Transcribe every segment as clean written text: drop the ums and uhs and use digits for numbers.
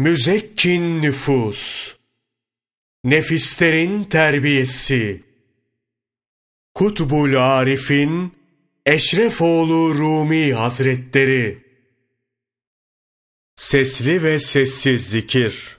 Müzekkin nüfus, nefislerin terbiyesi, Kutbul Arif'in Eşrefoğlu Rumi Hazretleri. Sesli ve sessiz zikir.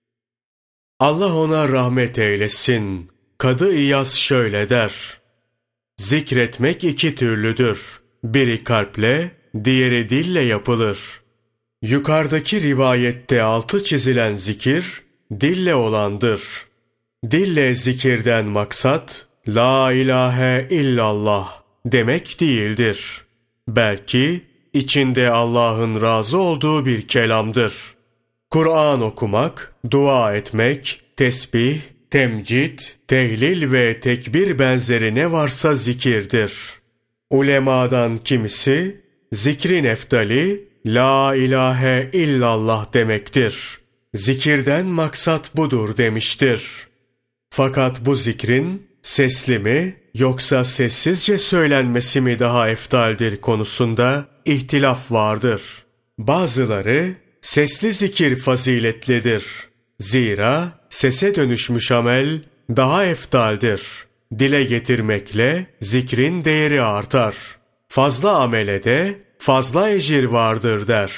Allah ona rahmet eylesin. Kadı İyaz şöyle der: zikretmek iki türlüdür. Biri kalple, diğeri dille yapılır. Yukarıdaki rivayette altı çizilen zikir, dille olandır. Dille zikirden maksat, La ilahe illallah demek değildir. Belki içinde Allah'ın razı olduğu bir kelamdır. Kur'an okumak, dua etmek, tesbih, temcid, tehlil ve tekbir benzeri ne varsa zikirdir. Ulemadan kimisi, zikrin eftali, La ilahe illallah demektir. Zikirden maksat budur demiştir. Fakat bu zikrin sesli mi yoksa sessizce söylenmesi mi daha eftaldir konusunda ihtilaf vardır. Bazıları sesli zikir faziletlidir. Zira sese dönüşmüş amel daha eftaldir. Dile getirmekle zikrin değeri artar. Fazla amele de fazla ecir vardır der.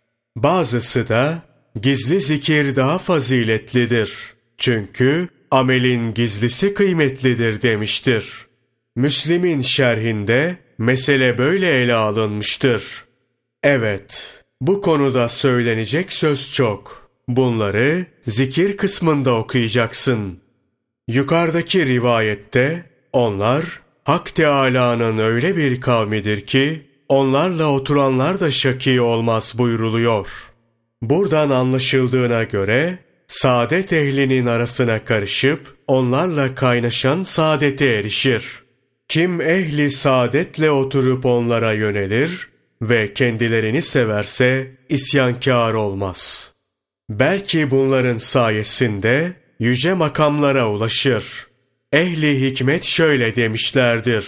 Bazısı da gizli zikir daha faziletlidir. Çünkü amelin gizlisi kıymetlidir demiştir. Müslim'in şerhinde mesele böyle ele alınmıştır. Evet, bu konuda söylenecek söz çok. Bunları zikir kısmında okuyacaksın. Yukarıdaki rivayette onlar Hak Teâlâ'nın öyle bir kavmidir ki onlarla oturanlar da şakî olmaz buyruluyor. Buradan anlaşıldığına göre saadet ehlinin arasına karışıp onlarla kaynaşan saadete erişir. Kim ehli saadetle oturup onlara yönelir ve kendilerini severse isyankâr olmaz. Belki bunların sayesinde yüce makamlara ulaşır. Ehli hikmet şöyle demişlerdir: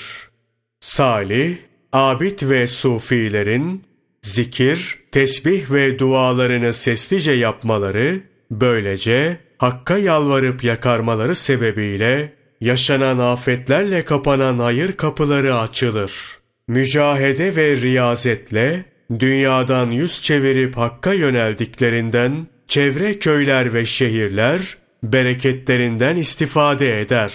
salih, abid ve sufilerin zikir, tesbih ve dualarını seslice yapmaları, böylece Hakk'a yalvarıp yakarmaları sebebiyle yaşanan afetlerle kapanan hayır kapıları açılır. Mücahede ve riyazetle dünyadan yüz çevirip Hakk'a yöneldiklerinden çevre köyler ve şehirler bereketlerinden istifade eder.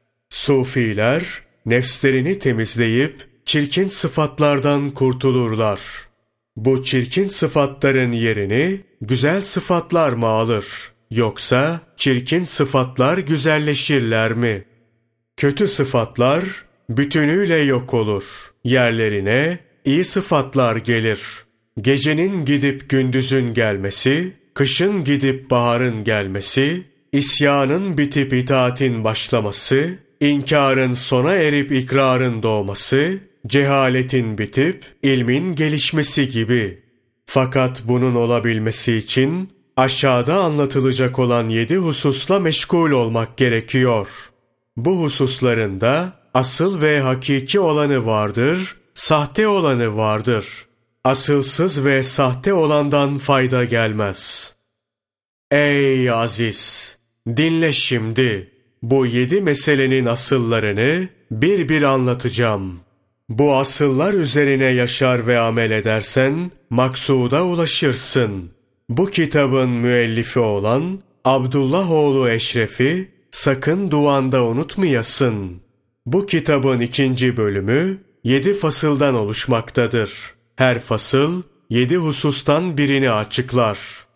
Sufiler nefslerini temizleyip çirkin sıfatlardan kurtulurlar. Bu çirkin sıfatların yerini güzel sıfatlar mı alır? Yoksa çirkin sıfatlar güzelleşirler mi? Kötü sıfatlar bütünüyle yok olur. Yerlerine iyi sıfatlar gelir. Gecenin gidip gündüzün gelmesi, kışın gidip baharın gelmesi, isyanın bitip itaatin başlaması, İnkarın sona erip ikrarın doğması, cehaletin bitip ilmin gelişmesi gibi. Fakat bunun olabilmesi için aşağıda anlatılacak olan 7 hususla meşgul olmak gerekiyor. Bu hususların da asıl ve hakiki olanı vardır, sahte olanı vardır. Asılsız ve sahte olandan fayda gelmez. Ey aziz! Dinle şimdi. Bu 7 meselenin asıllarını bir bir anlatacağım. Bu asıllar üzerine yaşar ve amel edersen maksuda ulaşırsın. Bu kitabın müellifi olan Abdullah oğlu Eşref'i sakın duanda unutmayasın. Bu kitabın 2. bölümü 7 fasıldan oluşmaktadır. Her fasıl 7 husustan birini açıklar.